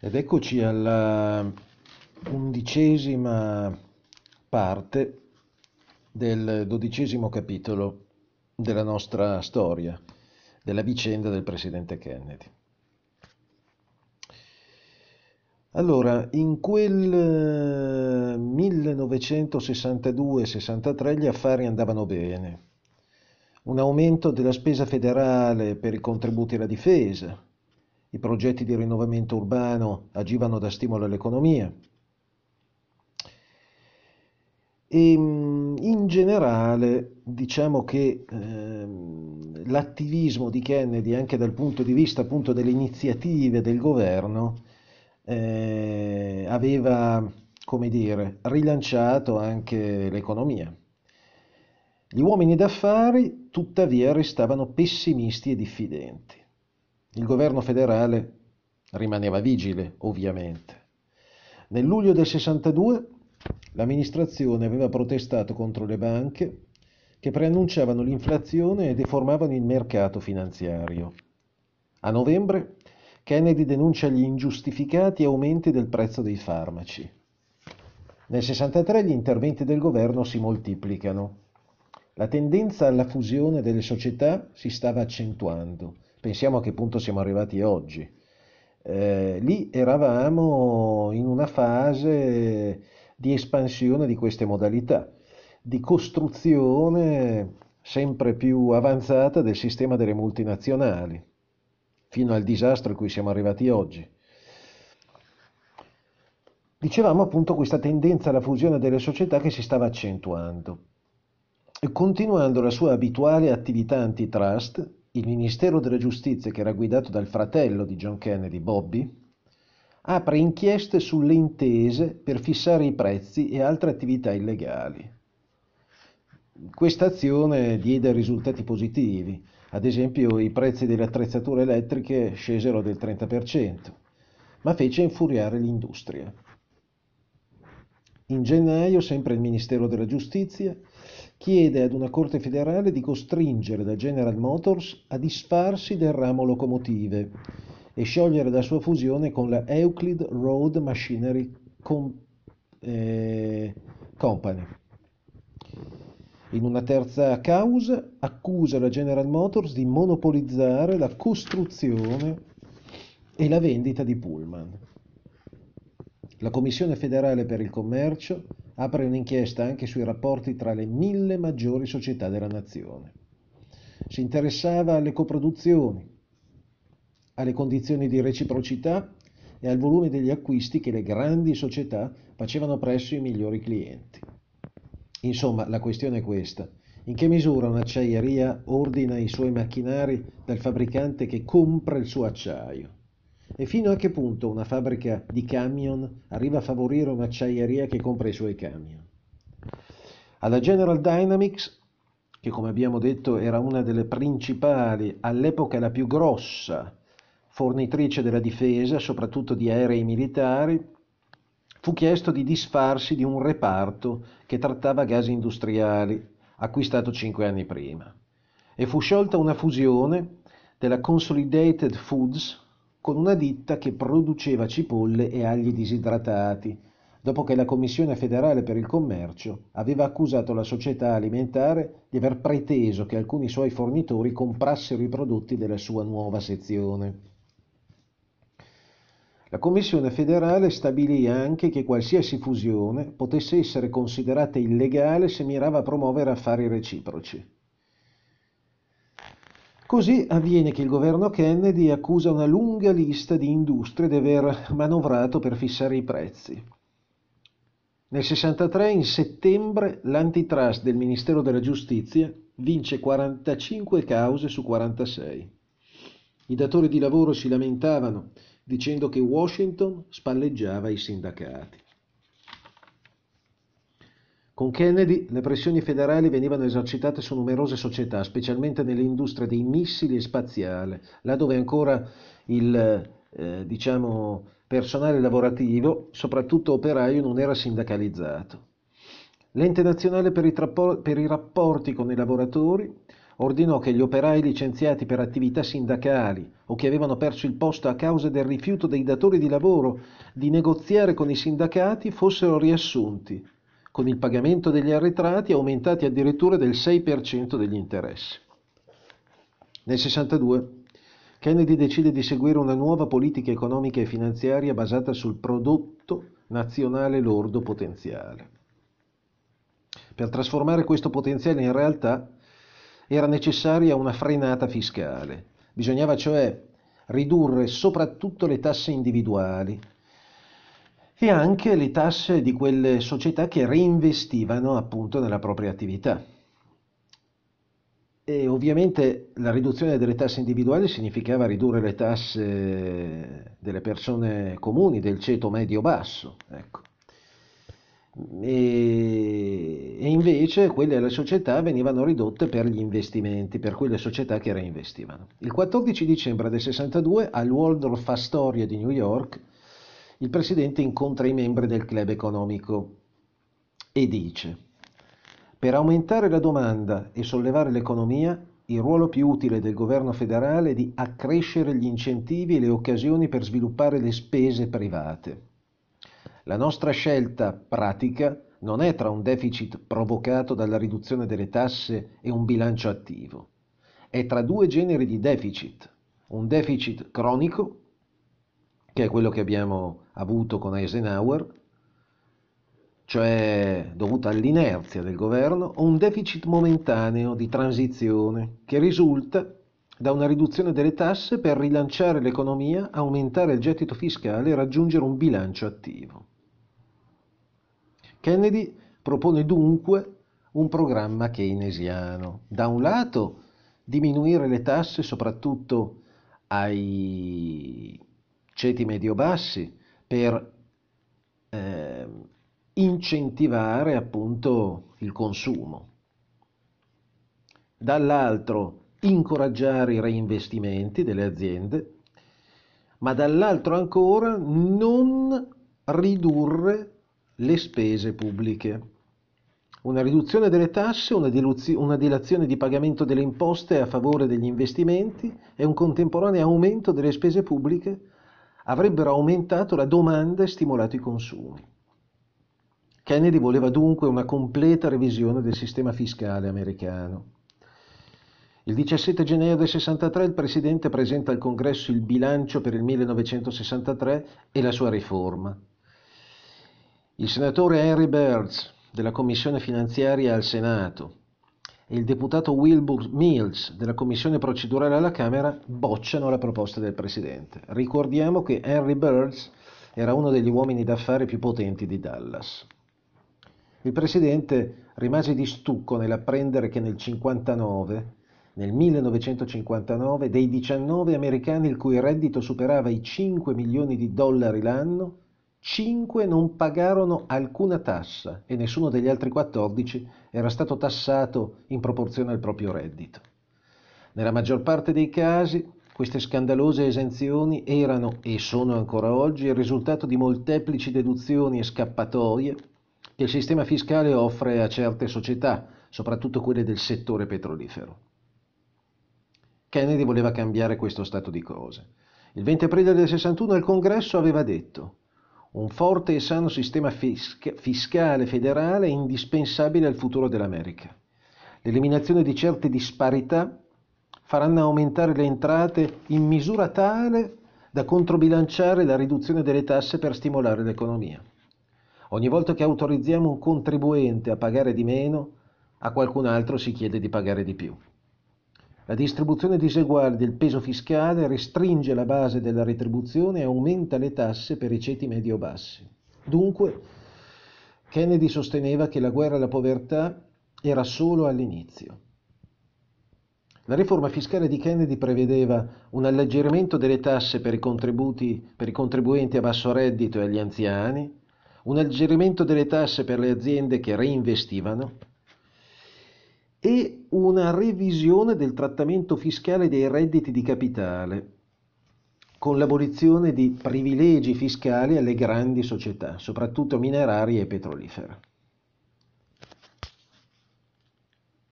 Ed eccoci alla 11ª parte del 12° capitolo della nostra storia, della vicenda del presidente Kennedy. Allora, in quel 1962-63 gli affari andavano bene. Un aumento della spesa federale per i contributi alla difesa, i progetti di rinnovamento urbano agivano da stimolo all'economia e in generale diciamo che l'attivismo di Kennedy anche dal punto di vista appunto delle iniziative del governo aveva, come dire, rilanciato anche l'economia. Gli uomini d'affari tuttavia restavano pessimisti e diffidenti. Il governo federale rimaneva vigile, ovviamente. Nel luglio del 62 l'amministrazione aveva protestato contro le banche che preannunciavano l'inflazione e deformavano il mercato finanziario. A novembre Kennedy denuncia gli ingiustificati aumenti del prezzo dei farmaci. Nel 63 gli interventi del governo si moltiplicano. La tendenza alla fusione delle società si stava accentuando. Pensiamo a che punto siamo arrivati oggi. Lì eravamo in una fase di espansione di queste modalità, di costruzione sempre più avanzata del sistema delle multinazionali, fino al disastro a cui siamo arrivati oggi. Dicevamo appunto questa tendenza alla fusione delle società che si stava accentuando. E continuando la sua abituale attività antitrust, il Ministero della Giustizia, che era guidato dal fratello di John Kennedy, Bobby, apre inchieste sulle intese per fissare i prezzi e altre attività illegali. Questa azione diede risultati positivi, ad esempio i prezzi delle attrezzature elettriche scesero del 30%, ma fece infuriare l'industria. In gennaio, sempre il Ministero della Giustizia chiede ad una corte federale di costringere la General Motors a disfarsi del ramo locomotive e sciogliere la sua fusione con la Euclid Road Machinery Company. In una terza causa accusa la General Motors di monopolizzare la costruzione e la vendita di pullman. La Commissione federale per il commercio apre un'inchiesta anche sui rapporti tra le 1000 maggiori società della nazione. Si interessava alle coproduzioni, alle condizioni di reciprocità e al volume degli acquisti che le grandi società facevano presso i migliori clienti. Insomma, la questione è questa: in che misura un'acciaieria ordina i suoi macchinari dal fabbricante che compra il suo acciaio? E fino a che punto una fabbrica di camion arriva a favorire un'acciaieria che compra i suoi camion? Alla General Dynamics, che come abbiamo detto era una delle principali, all'epoca la più grossa fornitrice della difesa, soprattutto di aerei militari, fu chiesto di disfarsi di un reparto che trattava gas industriali, acquistato 5 anni prima, e fu sciolta una fusione della Consolidated Foods con una ditta che produceva cipolle e agli disidratati, dopo che la Commissione federale per il commercio aveva accusato la società alimentare di aver preteso che alcuni suoi fornitori comprassero i prodotti della sua nuova sezione. La Commissione federale stabilì anche che qualsiasi fusione potesse essere considerata illegale se mirava a promuovere affari reciproci. Così avviene che il governo Kennedy accusa una lunga lista di industrie di aver manovrato per fissare i prezzi. Nel 63, in settembre, l'antitrust del Ministero della Giustizia vince 45 cause su 46. I datori di lavoro si lamentavano dicendo che Washington spalleggiava i sindacati. Con Kennedy le pressioni federali venivano esercitate su numerose società, specialmente nelle industrie dei missili e spaziale, là dove ancora il personale lavorativo, soprattutto operaio, non era sindacalizzato. L'Ente nazionale per i rapporti con i lavoratori ordinò che gli operai licenziati per attività sindacali o che avevano perso il posto a causa del rifiuto dei datori di lavoro di negoziare con i sindacati fossero riassunti, con il pagamento degli arretrati aumentati addirittura del 6% degli interessi. Nel 62 Kennedy decide di seguire una nuova politica economica e finanziaria basata sul prodotto nazionale lordo potenziale. Per trasformare questo potenziale in realtà era necessaria una frenata fiscale. Bisognava cioè ridurre soprattutto le tasse individuali e anche le tasse di quelle società che reinvestivano appunto nella propria attività. E ovviamente la riduzione delle tasse individuali significava ridurre le tasse delle persone comuni, del ceto medio-basso, ecco. E invece quelle delle società venivano ridotte per gli investimenti, per quelle società che reinvestivano. Il 14 dicembre del 62 al Waldorf Astoria di New York il presidente incontra i membri del club economico e dice: per aumentare la domanda e sollevare l'economia, il ruolo più utile del governo federale è di accrescere gli incentivi e le occasioni per sviluppare le spese private. La nostra scelta pratica non è tra un deficit provocato dalla riduzione delle tasse e un bilancio attivo. È tra due generi di deficit. Un deficit cronico, che è quello che abbiamo avuto con Eisenhower, cioè dovuto all'inerzia del governo, o un deficit momentaneo di transizione, che risulta da una riduzione delle tasse per rilanciare l'economia, aumentare il gettito fiscale e raggiungere un bilancio attivo. Kennedy propone dunque un programma keynesiano. Da un lato, diminuire le tasse soprattutto ai ceti medio-bassi per incentivare appunto il consumo. Dall'altro, incoraggiare i reinvestimenti delle aziende, ma dall'altro ancora non ridurre le spese pubbliche. Una riduzione delle tasse, una dilazione di pagamento delle imposte a favore degli investimenti e un contemporaneo aumento delle spese pubbliche avrebbero aumentato la domanda e stimolato i consumi. Kennedy voleva dunque una completa revisione del sistema fiscale americano. Il 17 gennaio del 63 il Presidente presenta al Congresso il bilancio per il 1963 e la sua riforma. Il senatore Henry Burns della Commissione Finanziaria al Senato e il deputato Wilbur Mills della Commissione Procedurale alla Camera bocciano la proposta del Presidente. Ricordiamo che Henry Burns era uno degli uomini d'affari più potenti di Dallas. Il Presidente rimase di stucco nell'apprendere che nel 1959, dei 19 americani il cui reddito superava i 5 milioni di dollari l'anno, 5 non pagarono alcuna tassa e nessuno degli altri 14 era stato tassato in proporzione al proprio reddito. Nella maggior parte dei casi, queste scandalose esenzioni erano e sono ancora oggi il risultato di molteplici deduzioni e scappatoie che il sistema fiscale offre a certe società, soprattutto quelle del settore petrolifero. Kennedy voleva cambiare questo stato di cose. Il 20 aprile del 61 il Congresso aveva detto: un forte e sano sistema fiscale federale è indispensabile al futuro dell'America. L'eliminazione di certe disparità faranno aumentare le entrate in misura tale da controbilanciare la riduzione delle tasse per stimolare l'economia. Ogni volta che autorizziamo un contribuente a pagare di meno, a qualcun altro si chiede di pagare di più. La distribuzione diseguale del peso fiscale restringe la base della retribuzione e aumenta le tasse per i ceti medio-bassi. Dunque, Kennedy sosteneva che la guerra alla povertà era solo all'inizio. La riforma fiscale di Kennedy prevedeva un alleggerimento delle tasse per i contribuenti a basso reddito e agli anziani, un alleggerimento delle tasse per le aziende che reinvestivano e una revisione del trattamento fiscale dei redditi di capitale, con l'abolizione di privilegi fiscali alle grandi società, soprattutto minerarie e petrolifere.